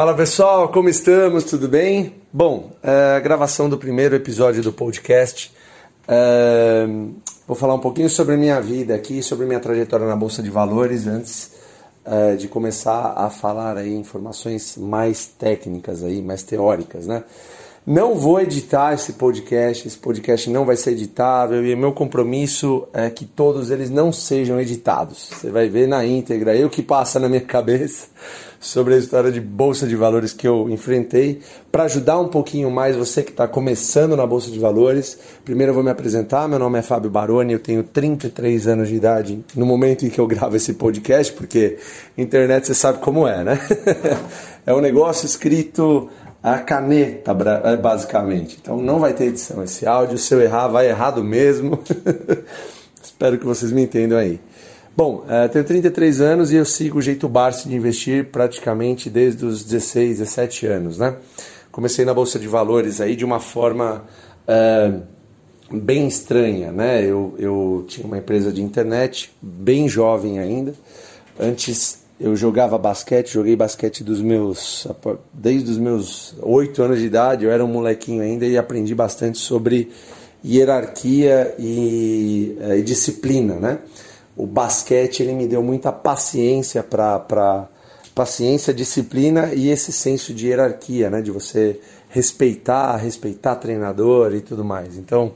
Fala pessoal, como estamos? Tudo bem? Bom, a gravação do primeiro episódio do podcast. Vou falar um pouquinho sobre a minha vida aqui, sobre minha trajetória na Bolsa de Valores, antes de começar a falar aí informações mais técnicas, aí, mais teóricas, né? Não vou editar esse podcast não vai ser editável e meu compromisso é que todos eles não sejam editados. Você vai ver na íntegra o que passa na minha cabeça sobre a história de Bolsa de Valores que eu enfrentei. Para ajudar um pouquinho mais você que está começando na Bolsa de Valores, primeiro eu vou me apresentar. Meu nome é Fábio Baroni, eu tenho 33 anos de idade no momento em que eu gravo esse podcast, porque internet você sabe como é, né? É um negócio escrito a caneta, basicamente. Então não vai ter edição esse áudio. Se eu errar, vai errado mesmo. Espero que vocês me entendam aí. Bom, tenho 33 anos e eu sigo o jeito Barsi de investir praticamente desde os 16, 17 anos, né? Comecei na Bolsa de Valores aí de uma forma bem estranha, né? Eu tinha uma empresa de internet, bem jovem ainda. Antes eu jogava basquete, joguei basquete desde os meus 8 anos de idade. Eu era um molequinho ainda e aprendi bastante sobre hierarquia e disciplina, né? O basquete ele me deu muita paciência paciência, disciplina e esse senso de hierarquia, né? De você respeitar treinador e tudo mais. Então,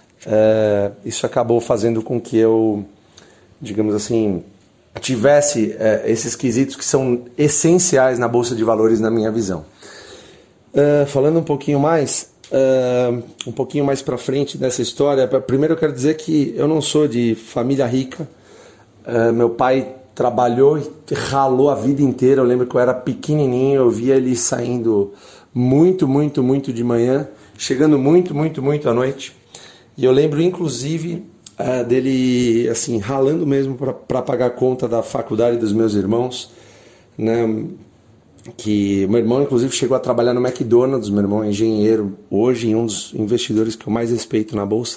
isso acabou fazendo com que eu, digamos assim, tivesse esses quesitos que são essenciais na Bolsa de Valores na minha visão. Falando um pouquinho mais para frente dessa história, primeiro eu quero dizer que eu não sou de família rica. Meu pai trabalhou e ralou a vida inteira. Eu lembro que eu era pequenininho, eu via ele saindo muito de manhã, chegando muito à noite. E eu lembro inclusive dele assim ralando mesmo para pagar a conta da faculdade dos meus irmãos, né? Que meu irmão inclusive chegou a trabalhar no McDonald's. Meu irmão é engenheiro hoje e um dos investidores que eu mais respeito na bolsa,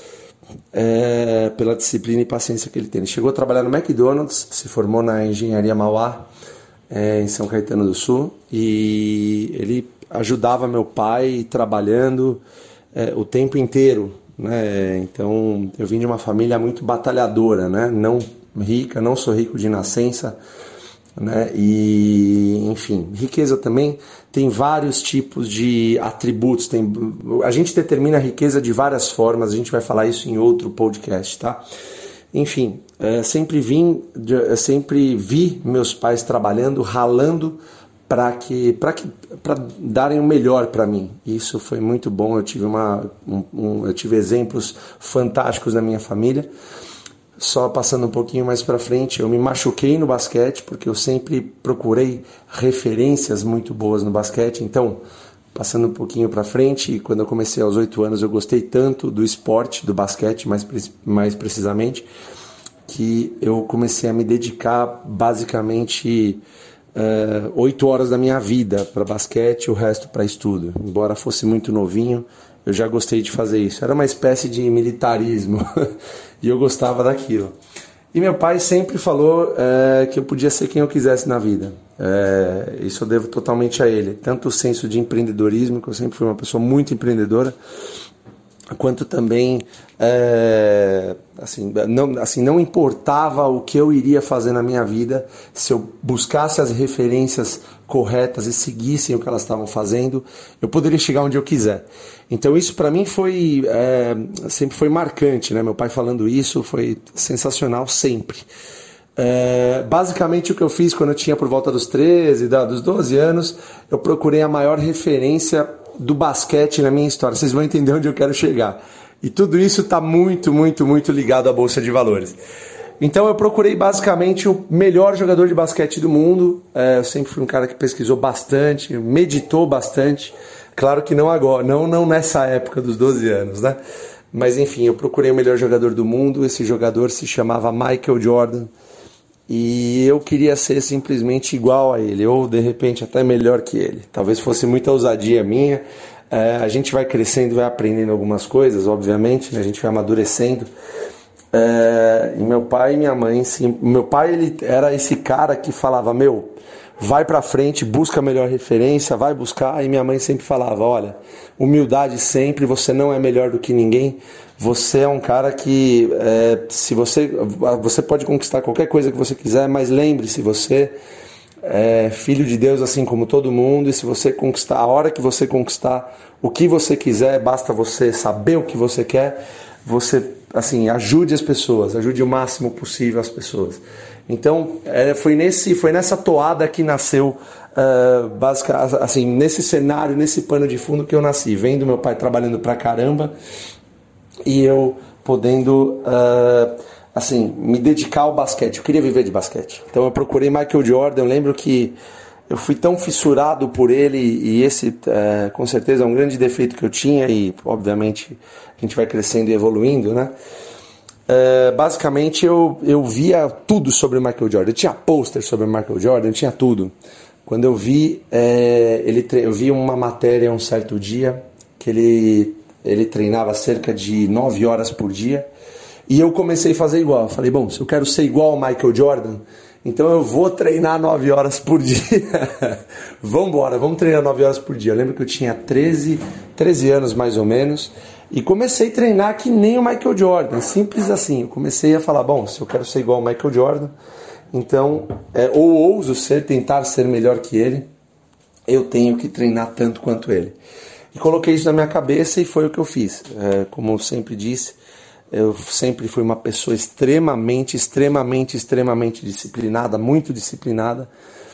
pela disciplina e paciência que ele tem. Ele chegou a trabalhar no McDonald's, se formou na Engenharia Mauá, em São Caetano do Sul, e ele ajudava meu pai trabalhando o tempo inteiro, né? Então eu vim de uma família muito batalhadora, né? Não rica, não sou rico de nascença, né? E enfim, riqueza também tem vários tipos de atributos. A gente determina a riqueza de várias formas, a gente vai falar isso em outro podcast, tá? Enfim, sempre vi meus pais trabalhando, ralando para darem o melhor para mim. Isso foi muito bom. Eu tive exemplos fantásticos na minha família. Só passando um pouquinho mais para frente, eu me machuquei no basquete, porque eu sempre procurei referências muito boas no basquete. Então, passando um pouquinho para frente, quando eu comecei aos 8 anos, eu gostei tanto do esporte, do basquete mais precisamente, que eu comecei a me dedicar basicamente 8 horas da minha vida para basquete e o resto para estudo. Embora fosse muito novinho, eu já gostei de fazer isso. Era uma espécie de militarismo e eu gostava daquilo. E meu pai sempre falou que eu podia ser quem eu quisesse na vida. Isso eu devo totalmente a ele. Tanto o senso de empreendedorismo, que eu sempre fui uma pessoa muito empreendedora, quanto também não importava o que eu iria fazer na minha vida, se eu buscasse as referências corretas e seguissem o que elas estavam fazendo, eu poderia chegar onde eu quiser. Então isso para mim sempre foi marcante, né? Meu pai falando isso foi sensacional sempre. Basicamente o que eu fiz quando eu tinha por volta dos 13, dos 12 anos, eu procurei a maior referência do basquete na minha história. Vocês vão entender onde eu quero chegar. E tudo isso está muito ligado à Bolsa de Valores. Então eu procurei basicamente o melhor jogador de basquete do mundo. Eu sempre fui um cara que pesquisou bastante, meditou bastante. Claro que não agora, não nessa época dos 12 anos, né? Mas enfim, eu procurei o melhor jogador do mundo. Esse jogador se chamava Michael Jordan. E eu queria ser simplesmente igual a ele, ou de repente até melhor que ele. Talvez fosse muita ousadia minha. A gente vai crescendo, vai aprendendo algumas coisas, obviamente, né? A gente vai amadurecendo. E meu pai e minha mãe, sim. Meu pai, ele era esse cara que falava, vai pra frente, busca a melhor referência, vai buscar. E minha mãe sempre falava, olha, humildade sempre, você não é melhor do que ninguém. Você é um cara que, se você pode conquistar qualquer coisa que você quiser, mas lembre-se, você é filho de Deus assim como todo mundo. E se você conquistar, a hora que você conquistar o que você quiser, basta você saber o que você quer, você, assim, ajude as pessoas, ajude o máximo possível as pessoas. Então, foi nessa toada que nasceu, assim, nesse cenário, nesse pano de fundo que eu nasci, vendo meu pai trabalhando pra caramba e eu podendo, assim, me dedicar ao basquete. Eu queria viver de basquete. Então eu procurei Michael Jordan. Eu lembro que eu fui tão fissurado por ele, e esse com certeza é um grande defeito que eu tinha, e obviamente a gente vai crescendo e evoluindo, né? Basicamente eu via tudo sobre o Michael Jordan. Eu tinha pôster sobre o Michael Jordan, eu tinha tudo. Quando eu vi, eu vi uma matéria um certo dia que ele treinava cerca de 9 horas por dia, e eu comecei a fazer igual. Eu falei, bom, se eu quero ser igual ao Michael Jordan, então eu vou treinar 9 horas por dia. Vamos treinar 9 horas por dia. Eu lembro que eu tinha 13 anos mais ou menos, e comecei a treinar que nem o Michael Jordan, simples assim. Eu comecei a falar, bom, se eu quero ser igual ao Michael Jordan, então, ou ouso tentar ser melhor que ele, eu tenho que treinar tanto quanto ele. E coloquei isso na minha cabeça e foi o que eu fiz. Como eu sempre disse, eu sempre fui uma pessoa extremamente disciplinada, muito disciplinada,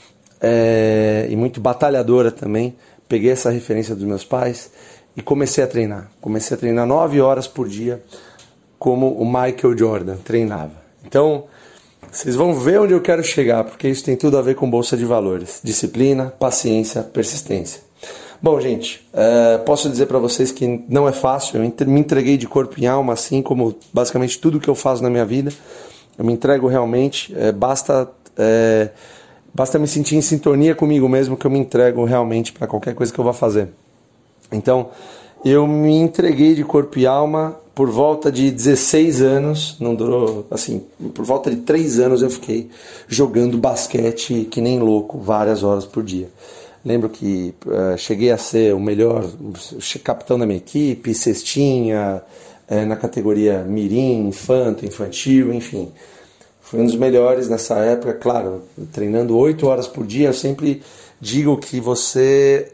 e muito batalhadora também. Peguei essa referência dos meus pais e comecei a treinar. Comecei a treinar 9 horas por dia, como o Michael Jordan treinava. Então, vocês vão ver onde eu quero chegar, porque isso tem tudo a ver com Bolsa de Valores. Disciplina, paciência, persistência. Bom, gente, posso dizer para vocês que não é fácil. Eu me entreguei de corpo e alma, assim como basicamente tudo que eu faço na minha vida. Eu me entrego realmente, basta me sentir em sintonia comigo mesmo, que eu me entrego realmente para qualquer coisa que eu vá fazer. Então, eu me entreguei de corpo e alma por volta de 16 anos, não durou, assim, por volta de 3 anos eu fiquei jogando basquete que nem louco, várias horas por dia. Lembro que cheguei a ser o melhor capitão da minha equipe, cestinha, na categoria mirim, infantil, enfim. Fui um dos melhores nessa época, claro, treinando 8 horas por dia. Eu sempre digo que você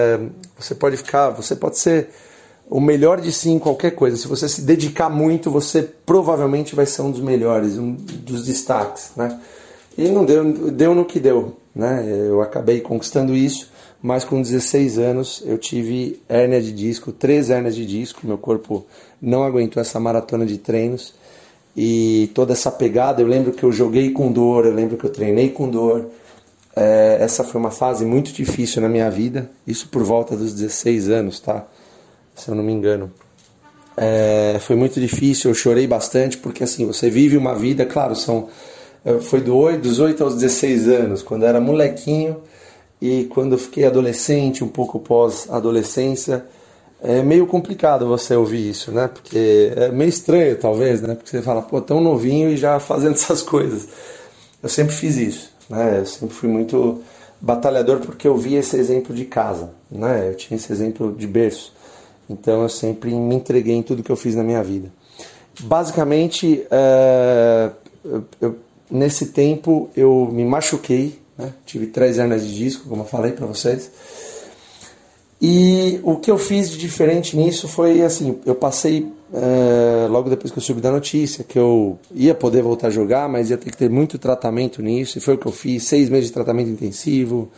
pode ser o melhor de si em qualquer coisa. Se você se dedicar muito, você provavelmente vai ser um dos melhores, um dos destaques, né? E não deu no que deu, né? Eu acabei conquistando isso, mas com 16 anos eu tive hérnia de disco, 3 hérnias de disco. Meu corpo não aguentou essa maratona de treinos e toda essa pegada. Eu lembro que eu joguei com dor, eu lembro que eu treinei com dor. Essa foi uma fase muito difícil na minha vida, isso por volta dos 16 anos, tá? Se eu não me engano. Foi muito difícil, eu chorei bastante, porque assim, você vive uma vida, claro, foi dos 8 aos 16 anos, quando eu era molequinho, e quando eu fiquei adolescente, um pouco pós-adolescência, é meio complicado você ouvir isso, né? Porque é meio estranho, talvez, né? Porque você fala, pô, tão novinho e já fazendo essas coisas. Eu sempre fiz isso, né? Eu sempre fui muito batalhador, porque eu via esse exemplo de casa, né? Eu tinha esse exemplo de berço. Então eu sempre me entreguei em tudo que eu fiz na minha vida. Basicamente, nesse tempo eu me machuquei, né? Tive 3 hérnias de disco, como eu falei para vocês. E o que eu fiz de diferente nisso foi assim, eu passei, logo depois que eu soube da notícia, que eu ia poder voltar a jogar, mas ia ter que ter muito tratamento nisso, e foi o que eu fiz, 6 meses de tratamento intensivo.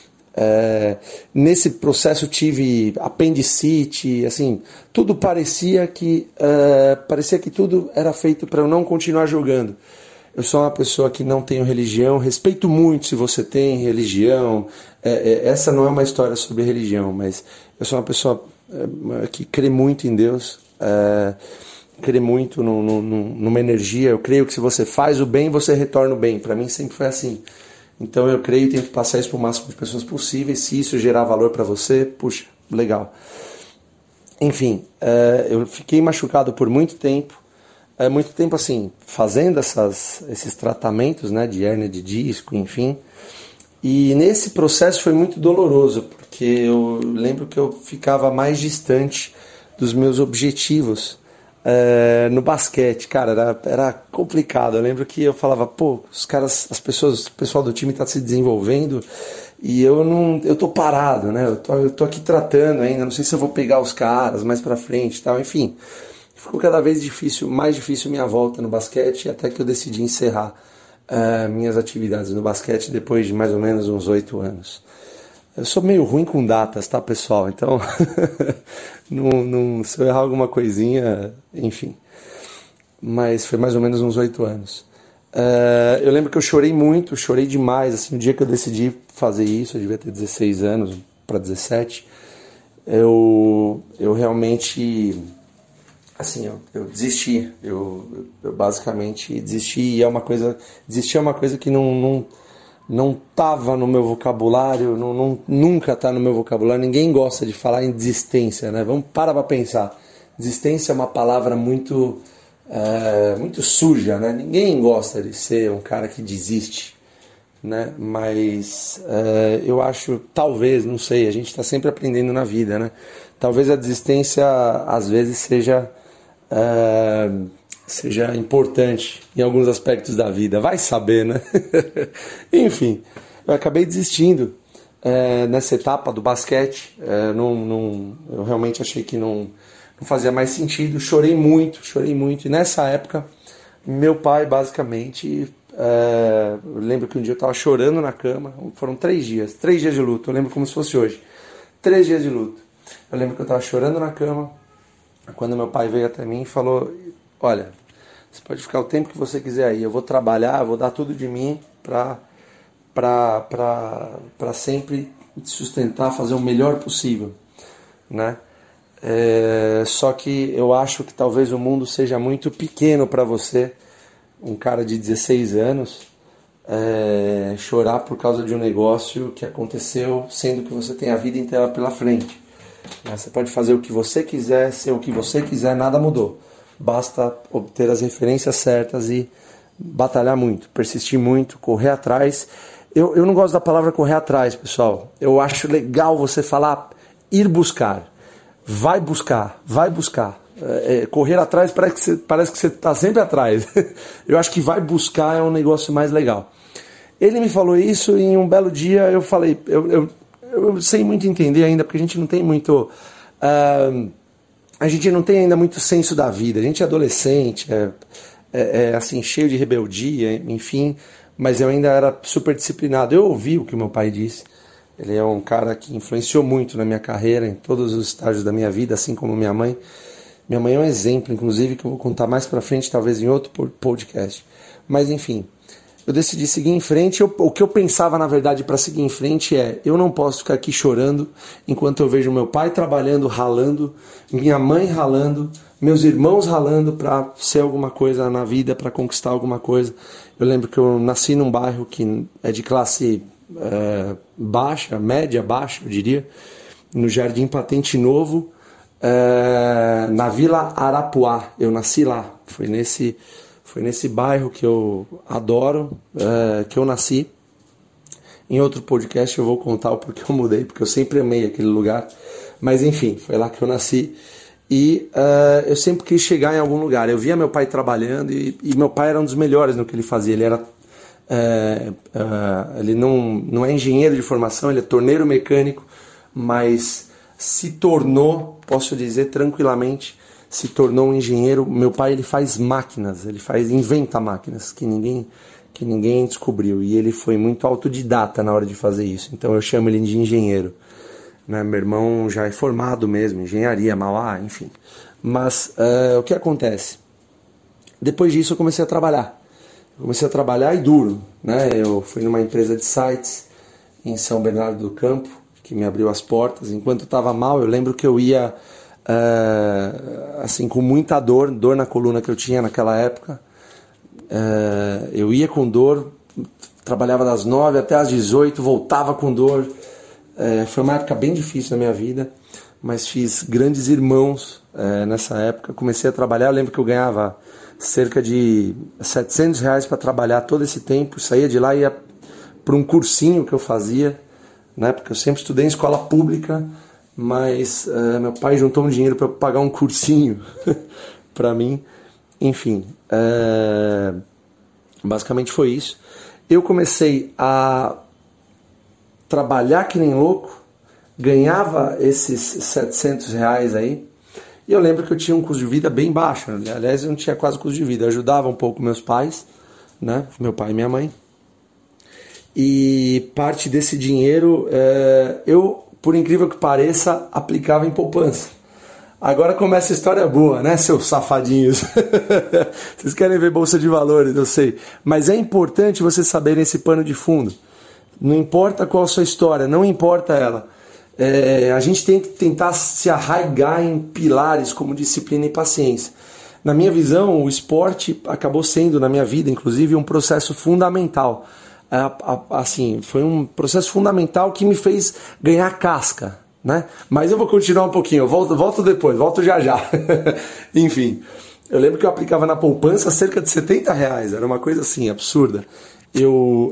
Nesse processo tive apendicite, assim, tudo parecia que tudo era feito para eu não continuar jogando. Eu sou uma pessoa que não tenho religião, respeito muito se você tem religião. Essa não é uma história sobre religião, mas eu sou uma pessoa que crê muito em Deus, crê muito numa energia. Eu creio que se você faz o bem, você retorna o bem. Para mim sempre foi assim. Então eu creio e tento passar isso para o máximo de pessoas possíveis. Se isso gerar valor para você, puxa, legal. Enfim, eu fiquei machucado por muito tempo. muito tempo assim, fazendo esses tratamentos, né, de hérnia de disco, enfim. E nesse processo foi muito doloroso, porque eu lembro que eu ficava mais distante dos meus objetivos no basquete. Cara, era complicado. Eu lembro que eu falava, pô, o pessoal do time está se desenvolvendo e eu tô parado, né? Eu tô aqui tratando ainda, não sei se eu vou pegar os caras mais pra frente e tal, enfim. Ficou cada vez mais difícil minha volta no basquete, até que eu decidi encerrar minhas atividades no basquete depois de mais ou menos uns 8 anos. Eu sou meio ruim com datas, tá, pessoal? Então, se eu errar alguma coisinha, enfim. Mas foi mais ou menos uns 8 anos. Eu lembro que eu chorei demais, assim, o dia que eu decidi fazer isso, eu devia ter 16 anos para 17, eu realmente, assim, eu desisti, eu basicamente desisti, e desistir é uma coisa que não estava no meu vocabulário, nunca está no meu vocabulário. Ninguém gosta de falar em desistência, né? Vamos parar para pensar. Desistência é uma palavra muito suja, né? Ninguém gosta de ser um cara que desiste, né? Mas eu acho, talvez, não sei, a gente está sempre aprendendo na vida, né? Talvez a desistência às vezes seja importante em alguns aspectos da vida, vai saber, né? Enfim, eu acabei desistindo nessa etapa do basquete. Eu realmente achei que não fazia mais sentido, chorei muito, e nessa época meu pai basicamente, eu lembro que um dia eu estava chorando na cama, foram 3 dias de luto, eu lembro como se fosse hoje, 3 dias de luto. Eu lembro que eu estava chorando na cama, quando meu pai veio até mim e falou, olha, você pode ficar o tempo que você quiser aí, eu vou trabalhar, eu vou dar tudo de mim para sempre sustentar, fazer o melhor possível, né? Só que eu acho que talvez o mundo seja muito pequeno para você, um cara de 16 anos, chorar por causa de um negócio que aconteceu, sendo que você tem a vida inteira pela frente. Você pode fazer o que você quiser, ser o que você quiser, nada mudou. Basta obter as referências certas e batalhar muito, persistir muito, correr atrás. Eu não gosto da palavra correr atrás, pessoal. Eu acho legal você falar ir buscar. Vai buscar. Correr atrás parece que você está sempre atrás. Eu acho que vai buscar é um negócio mais legal. Ele me falou isso e em um belo dia eu falei, eu sei muito entender ainda, porque a gente não tem muito... a gente não tem ainda muito senso da vida. A gente é adolescente, assim, cheio de rebeldia, enfim, mas eu ainda era super disciplinado. Eu ouvi o que o meu pai disse. Ele é um cara que influenciou muito na minha carreira, em todos os estágios da minha vida, assim como minha mãe. Minha mãe é um exemplo, inclusive, que eu vou contar mais pra frente, talvez em outro podcast. Mas, enfim, eu decidi seguir em frente. O que eu pensava, na verdade, para seguir em frente eu não posso ficar aqui chorando enquanto eu vejo meu pai trabalhando, ralando, minha mãe ralando, meus irmãos ralando para ser alguma coisa na vida, para conquistar alguma coisa. Eu lembro que eu nasci num bairro que é de classe baixa, média baixa, eu diria, no Jardim Patente Novo, na Vila Arapuá. Eu nasci lá, foi nesse bairro que eu adoro, que eu nasci. Em outro podcast eu vou contar o porquê eu mudei, porque eu sempre amei aquele lugar, mas enfim, foi lá que eu nasci. E eu sempre quis chegar em algum lugar. Eu via meu pai trabalhando e meu pai era um dos melhores no que ele fazia. Ele era ele não é engenheiro de formação, ele é torneiro mecânico, mas se tornou, posso dizer tranquilamente, se tornou um engenheiro. Meu pai, ele faz máquinas, inventa máquinas que ninguém descobriu, e ele foi muito autodidata na hora de fazer isso, então eu chamo ele de engenheiro, né? Meu irmão já é formado mesmo, engenharia, Mauá, enfim. Mas o que acontece? Depois disso eu comecei a trabalhar e duro, né? Eu fui numa empresa de sites em São Bernardo do Campo, que me abriu as portas. Enquanto eu estava mal, eu lembro que eu ia assim, com muita dor na coluna que eu tinha naquela época. Eu ia com dor, trabalhava das 9 até as 18, voltava com dor. Foi uma época bem difícil na minha vida, mas fiz grandes irmãos nessa época. Comecei a trabalhar, eu lembro que eu ganhava cerca de R$ 700 para trabalhar todo esse tempo. Saía de lá e ia para um cursinho que eu fazia, né? Porque eu sempre estudei em escola pública, mas meu pai juntou um dinheiro para pagar um cursinho para mim. Enfim, basicamente foi isso. Eu comecei a trabalhar que nem louco, ganhava esses R$ 700 aí, e eu lembro que eu tinha um custo de vida bem baixo, né? Aliás, eu não tinha quase custo de vida, eu ajudava um pouco meus pais, né? Meu pai e minha mãe, e parte desse dinheiro eu, por incrível que pareça, aplicava em poupança. Agora começa a história boa, né, seus safadinhos? Vocês querem ver bolsa de valores, eu sei. Mas é importante vocês saberem esse pano de fundo. Não importa qual a sua história, não importa ela. A gente tem que tentar se arraigar em pilares como disciplina e paciência. Na minha visão, o esporte acabou sendo, na minha vida, inclusive, um processo fundamental. Assim, foi um processo fundamental que me fez ganhar casca, né? Mas eu vou continuar um pouquinho, eu volto depois, volto já. Enfim, eu lembro que eu aplicava na poupança cerca de R$ 70, era uma coisa assim, absurda. Eu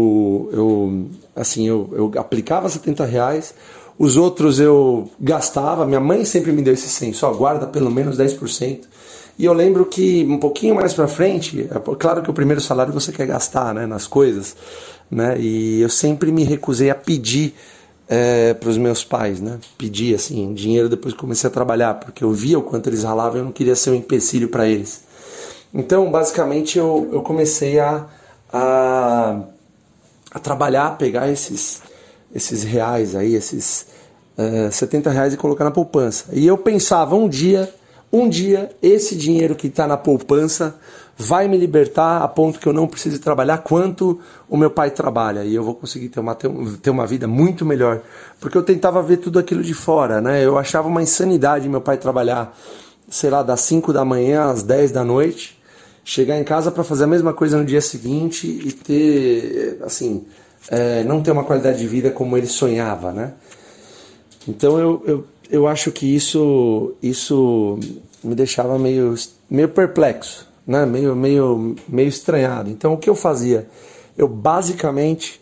aplicava R$ 70, os outros eu gastava, minha mãe sempre me deu esse senso, guarda pelo menos 10%. E eu lembro que um pouquinho mais pra frente, claro que o primeiro salário você quer gastar, né, nas coisas, né, e eu sempre me recusei a pedir para os meus pais, né? Pedi assim, dinheiro depois que comecei a trabalhar, porque eu via o quanto eles ralavam e eu não queria ser um empecilho para eles. Então, basicamente, eu comecei a trabalhar, a pegar esses reais aí, esses R$ 70 e colocar na poupança. E eu pensava, um dia, esse dinheiro que está na poupança vai me libertar a ponto que eu não precise trabalhar quanto o meu pai trabalha. E eu vou conseguir ter uma vida muito melhor. Porque eu tentava ver tudo aquilo de fora, né? Eu achava uma insanidade meu pai trabalhar, sei lá, das 5 da manhã às 10 da noite, chegar em casa para fazer a mesma coisa no dia seguinte e ter, assim, não ter uma qualidade de vida como ele sonhava, né? Então eu acho que isso me deixava meio perplexo, né? meio estranhado. Então o que eu fazia? Eu basicamente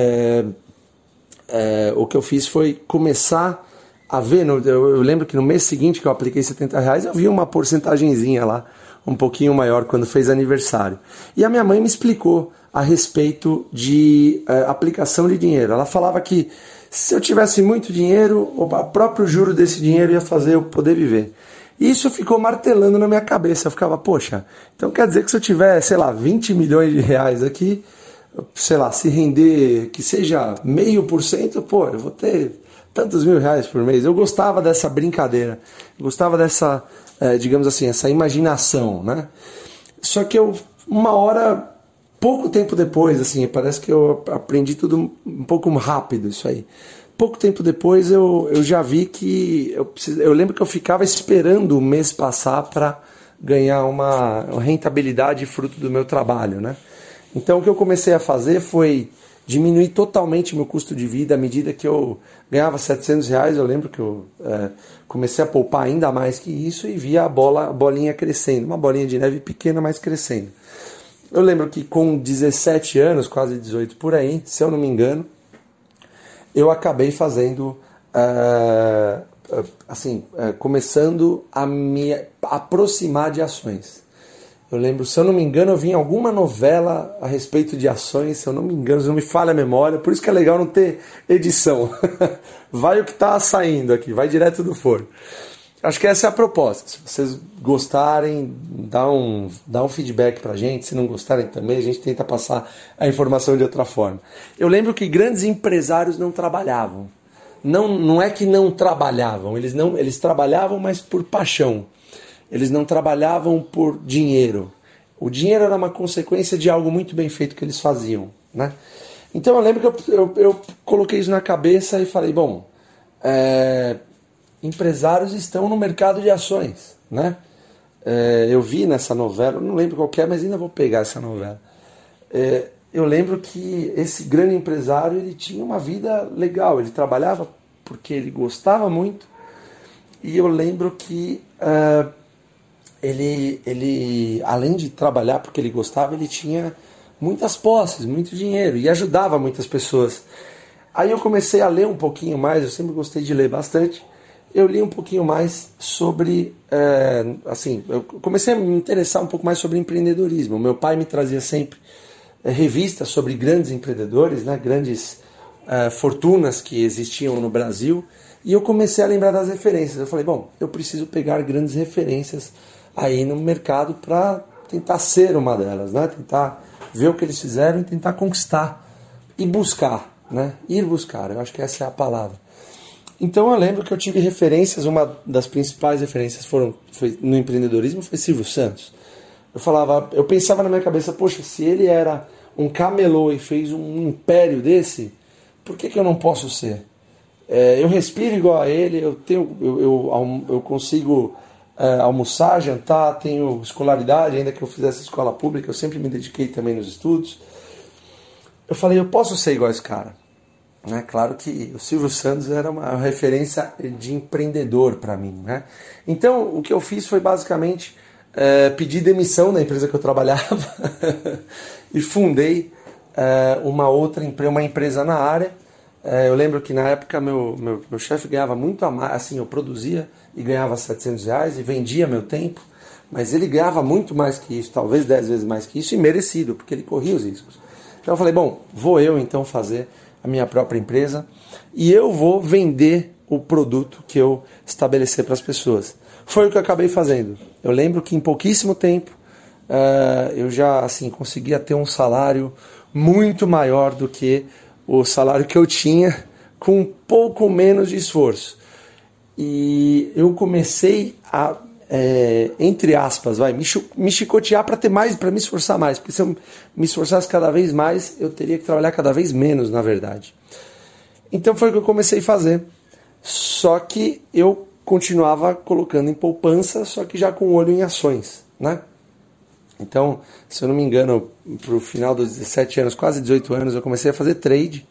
o que eu fiz foi começar a ver, eu lembro que no mês seguinte que eu apliquei R$ 70, eu vi uma porcentagenzinha lá, um pouquinho maior quando fez aniversário. E a minha mãe me explicou a respeito de aplicação de dinheiro. Ela falava que se eu tivesse muito dinheiro, o próprio juro desse dinheiro ia fazer eu poder viver. E isso ficou martelando na minha cabeça. Eu ficava, poxa, então quer dizer que se eu tiver, sei lá, 20 milhões de reais aqui, sei lá, se render que seja 0,5%, pô, eu vou ter tantos R$ 1.000 por mês. Eu gostava dessa brincadeira, gostava dessa, digamos assim, essa imaginação, né? Só que uma hora, pouco tempo depois, assim, parece que eu aprendi tudo um pouco rápido, isso aí. Pouco tempo depois eu já vi que eu lembro que eu ficava esperando o mês passar para ganhar uma rentabilidade fruto do meu trabalho, né? Então o que eu comecei a fazer foi diminuir totalmente meu custo de vida à medida que eu ganhava R$ 700. Eu lembro que eu comecei a poupar ainda mais que isso e via a bolinha crescendo, uma bolinha de neve pequena, mas crescendo. Eu lembro que com 17 anos, quase 18 por aí, se eu não me engano, eu acabei fazendo, começando a me aproximar de ações. Eu lembro, se eu não me engano, eu vi em alguma novela a respeito de ações, se eu não me engano, se não me falha a memória, por isso que é legal não ter edição. Vai o que está saindo aqui, vai direto do forno. Acho que essa é a proposta. Se vocês gostarem, dá um feedback pra gente. Se não gostarem também, a gente tenta passar a informação de outra forma. Eu lembro que grandes empresários não trabalhavam. Não é que não trabalhavam, eles trabalhavam, mas por paixão. Eles não trabalhavam por dinheiro. O dinheiro era uma consequência de algo muito bem feito que eles faziam, né? Então eu lembro que eu coloquei isso na cabeça e falei, bom, empresários estão no mercado de ações, né? Eu vi nessa novela, não lembro qual que é, mas ainda vou pegar essa novela. Eu lembro que esse grande empresário, ele tinha uma vida legal, ele trabalhava porque ele gostava muito, E eu lembro que ele, além de trabalhar porque ele gostava, ele tinha muitas posses, muito dinheiro e ajudava muitas pessoas. Aí eu comecei a ler um pouquinho mais, eu sempre gostei de ler bastante. Eu li um pouquinho mais sobre, eu comecei a me interessar um pouco mais sobre empreendedorismo. Meu pai me trazia sempre revistas sobre grandes empreendedores, né, grandes fortunas que existiam no Brasil, e eu comecei a lembrar das referências. Eu falei, bom, eu preciso pegar grandes referências aí no mercado para tentar ser uma delas, né, tentar ver o que eles fizeram e tentar conquistar e buscar, né, ir buscar, eu acho que essa é a palavra. Então eu lembro que eu tive referências, uma das principais referências foi no empreendedorismo, foi Silvio Santos. Eu pensava na minha cabeça, poxa, se ele era um camelô e fez um império desse, por que eu não posso ser? Eu respiro igual a ele, eu consigo almoçar, jantar, tenho escolaridade, ainda que eu fizesse escola pública, eu sempre me dediquei também nos estudos. Eu falei, eu posso ser igual a esse cara. Claro que o Silvio Santos era uma referência de empreendedor para mim, né? Então o que eu fiz foi basicamente pedir demissão da empresa que eu trabalhava e fundei uma empresa na área. Eu lembro que na época meu chefe ganhava muito a mais, assim, eu produzia e ganhava R$700 e vendia meu tempo, mas ele ganhava muito mais que isso, talvez 10 vezes mais que isso, e merecido, porque ele corria os riscos. Então eu falei, bom, vou eu então fazer a minha própria empresa e eu vou vender o produto que eu estabelecer para as pessoas. Foi o que eu acabei fazendo. Eu lembro que em pouquíssimo tempo eu já conseguia ter um salário muito maior do que o salário que eu tinha com um pouco menos de esforço. E eu comecei a, entre aspas, me chicotear para ter mais, para me esforçar mais. Porque se eu me esforçasse cada vez mais, eu teria que trabalhar cada vez menos, na verdade. Então foi o que eu comecei a fazer. Só que eu continuava colocando em poupança, só que já com o olho em ações, né? Então, se eu não me engano, para o final dos 17 anos, quase 18 anos, eu comecei a fazer trade.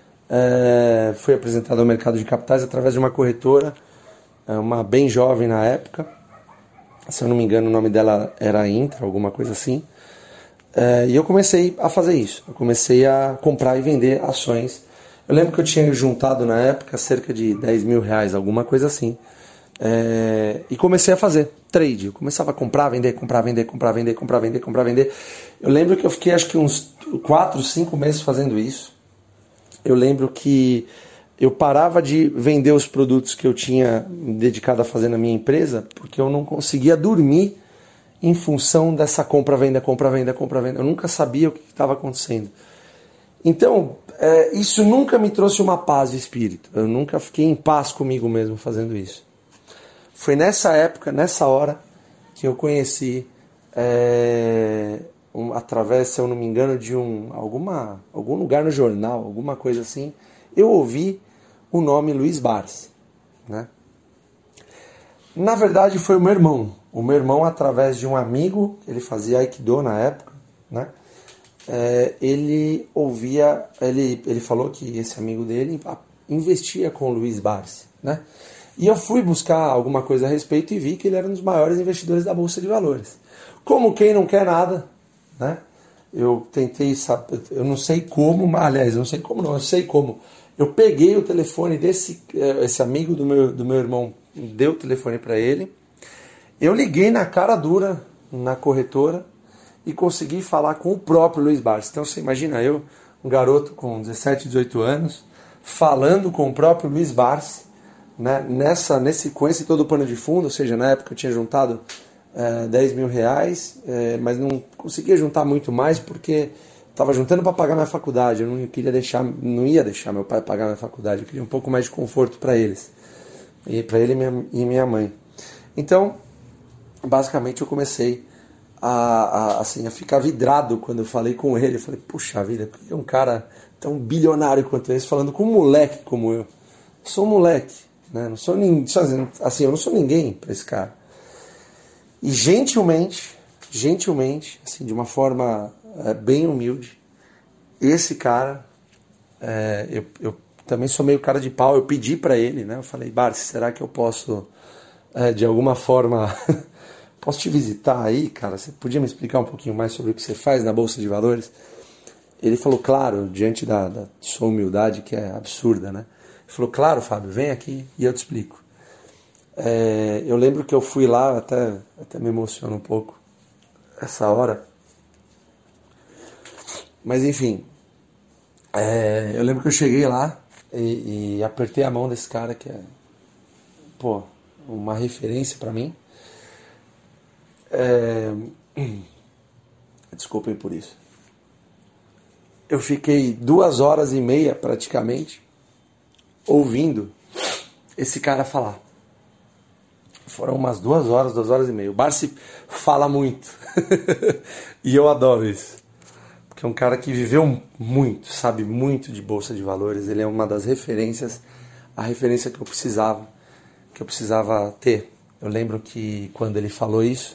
Fui apresentado ao mercado de capitais através de uma corretora, uma bem jovem na época. Se eu não me engano, o nome dela era Intra, alguma coisa assim. E eu comecei a fazer isso. Eu comecei a comprar e vender ações. Eu lembro que eu tinha juntado na época cerca de R$10.000, alguma coisa assim. E comecei a fazer trade. Eu começava a comprar, vender, comprar, vender, comprar, vender, comprar, vender, comprar, vender. Eu lembro que eu fiquei acho que uns 4, 5 meses fazendo isso. Eu lembro que eu parava de vender os produtos que eu tinha dedicado a fazer na minha empresa porque eu não conseguia dormir em função dessa compra, venda, compra, venda, compra, venda. Eu nunca sabia o que estava acontecendo. Então, isso nunca me trouxe uma paz de espírito. Eu nunca fiquei em paz comigo mesmo fazendo isso. Foi nessa época, nessa hora, que eu conheci, através, se eu não me engano, de algum lugar no jornal, alguma coisa assim, eu ouvi o nome Luiz Barsi, né? Na verdade, foi o meu irmão. O meu irmão, através de um amigo, ele fazia Aikido na época, né? Ele falou que esse amigo dele investia com o Luiz Barsi, né? E eu fui buscar alguma coisa a respeito e vi que ele era um dos maiores investidores da Bolsa de Valores. Como quem não quer nada, né? Eu tentei, eu não sei como, aliás, eu não sei como não, eu sei como. Eu peguei o telefone esse amigo do meu irmão, deu o telefone para ele. Eu liguei na cara dura na corretora e consegui falar com o próprio Luiz Barsi. Então você imagina eu, um garoto com 17, 18 anos, falando com o próprio Luiz Barsi, né, com esse todo pano de fundo, ou seja, na época eu tinha juntado R$10.000, mas não conseguia juntar muito mais porque estava juntando para pagar minha faculdade. Eu não ia deixar meu pai pagar minha faculdade. Eu queria um pouco mais de conforto para eles, e para ele e minha mãe. Então, basicamente, eu comecei a ficar vidrado quando eu falei com ele. Eu falei, puxa vida, por que é um cara tão bilionário quanto esse falando com um moleque como eu? Eu sou um moleque, né? Não sou assim, eu não sou ninguém para esse cara. E gentilmente, assim, de uma forma bem humilde, esse cara, eu também sou meio cara de pau, eu pedi para ele, né? Eu falei, Barsi, será que eu posso de alguma forma, posso te visitar aí, cara? Você podia me explicar um pouquinho mais sobre o que você faz na Bolsa de Valores? Ele falou, claro, diante da sua humildade, que é absurda, né? Ele falou, claro, Fábio, vem aqui e eu te explico. Eu lembro que eu fui lá, até me emociona um pouco essa hora. Mas enfim, eu lembro que eu cheguei lá e apertei a mão desse cara que é, uma referência pra mim. Desculpem por isso. Eu fiquei 2h30 praticamente ouvindo esse cara falar. Foram umas 2 horas, 2h30. O Barsi fala muito. E eu adoro isso. Porque é um cara que viveu muito, sabe muito de Bolsa de Valores. Ele é uma das referências, a referência que eu precisava ter. Eu lembro que quando ele falou isso,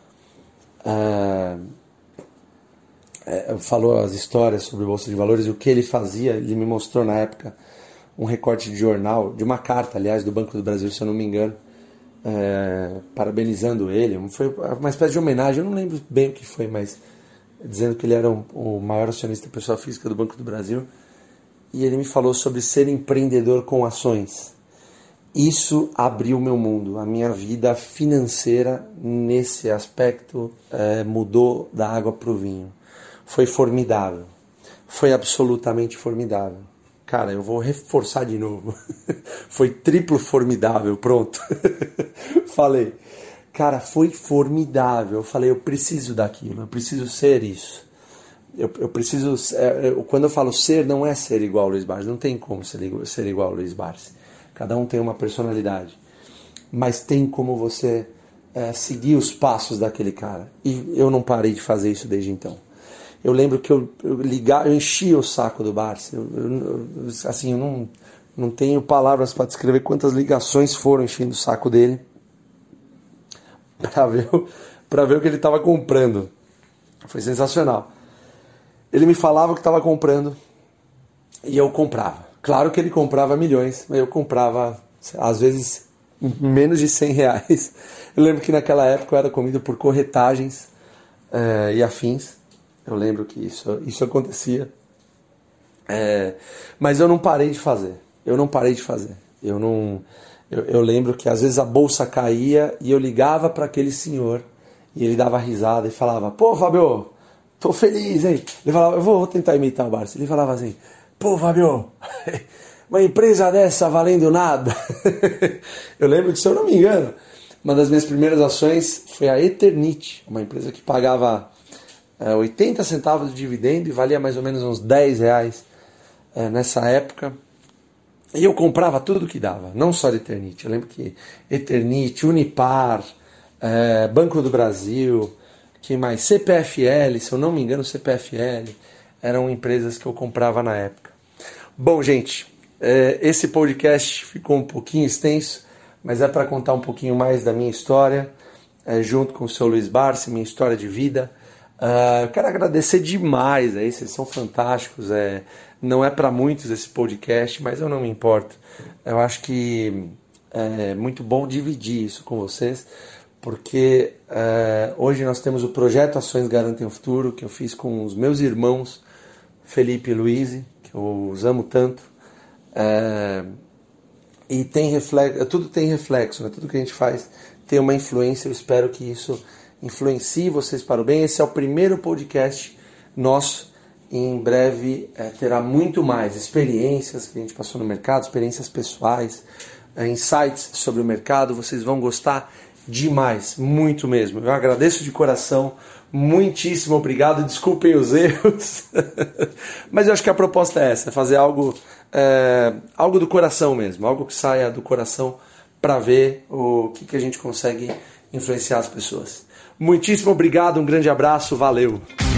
falou as histórias sobre Bolsa de Valores e o que ele fazia. Ele me mostrou na época um recorte de jornal, de uma carta, aliás, do Banco do Brasil, se eu não me engano, parabenizando ele. Foi uma espécie de homenagem, eu não lembro bem o que foi, mas dizendo que ele era o maior acionista pessoa física do Banco do Brasil. E ele me falou sobre ser empreendedor com ações. Isso abriu meu mundo, a minha vida financeira nesse aspecto mudou da água para o vinho. Foi formidável, foi absolutamente formidável. Cara, eu vou reforçar de novo. Foi triplo formidável, pronto. Falei. Cara, foi formidável. Eu falei, eu preciso daquilo, eu preciso ser isso. Eu preciso... quando eu falo ser, não é ser igual ao Luiz Barsi. Não tem como ser igual ao Luiz Barsi. Cada um tem uma personalidade. Mas tem como você seguir os passos daquele cara. E eu não parei de fazer isso desde então. Eu lembro que eu enchia o saco do Barsi. Eu não tenho palavras para descrever quantas ligações foram enchendo o saco dele para ver o que ele estava comprando. Foi sensacional. Ele me falava o que estava comprando e eu comprava. Claro que ele comprava milhões, mas eu comprava, às vezes, menos de R$100. Eu lembro que naquela época eu era comido por corretagens e afins. Eu lembro que isso acontecia. Mas eu não parei de fazer. Eu lembro que às vezes a bolsa caía e eu ligava para aquele senhor e ele dava risada e falava, pô, Fábio, tô feliz, hein? Ele falava, eu vou tentar imitar o Barsi. Ele falava assim, pô, Fábio, uma empresa dessa valendo nada. Eu lembro que, se eu não me engano, uma das minhas primeiras ações foi a Eternit, uma empresa que pagava 80 centavos de dividendo e valia mais ou menos uns R$10 nessa época. E eu comprava tudo que dava, não só de Eternit. Eu lembro que Eternit, Unipar, Banco do Brasil, que mais? CPFL, se eu não me engano, CPFL, eram empresas que eu comprava na época. Bom, gente, esse podcast ficou um pouquinho extenso, mas é para contar um pouquinho mais da minha história, junto com o seu Luiz Barsi, minha história de vida. Eu quero agradecer demais, vocês são fantásticos. Não é para muitos esse podcast, mas eu não me importo. Eu acho que é muito bom dividir isso com vocês, porque hoje nós temos o projeto Ações Garantem o Futuro, que eu fiz com os meus irmãos Felipe e Luiz, que eu os amo tanto. E tudo tem reflexo, né? Tudo que a gente faz tem uma influência. Eu espero que isso influencie vocês para o bem. Esse é o primeiro podcast nosso. Em breve terá muito mais experiências que a gente passou no mercado, experiências pessoais, insights sobre o mercado. Vocês vão gostar demais, muito mesmo. Eu agradeço de coração, muitíssimo obrigado. Desculpem os erros, mas eu acho que a proposta é essa, fazer algo do coração mesmo, algo que saia do coração para ver o que a gente consegue influenciar as pessoas. Muitíssimo obrigado, um grande abraço, valeu!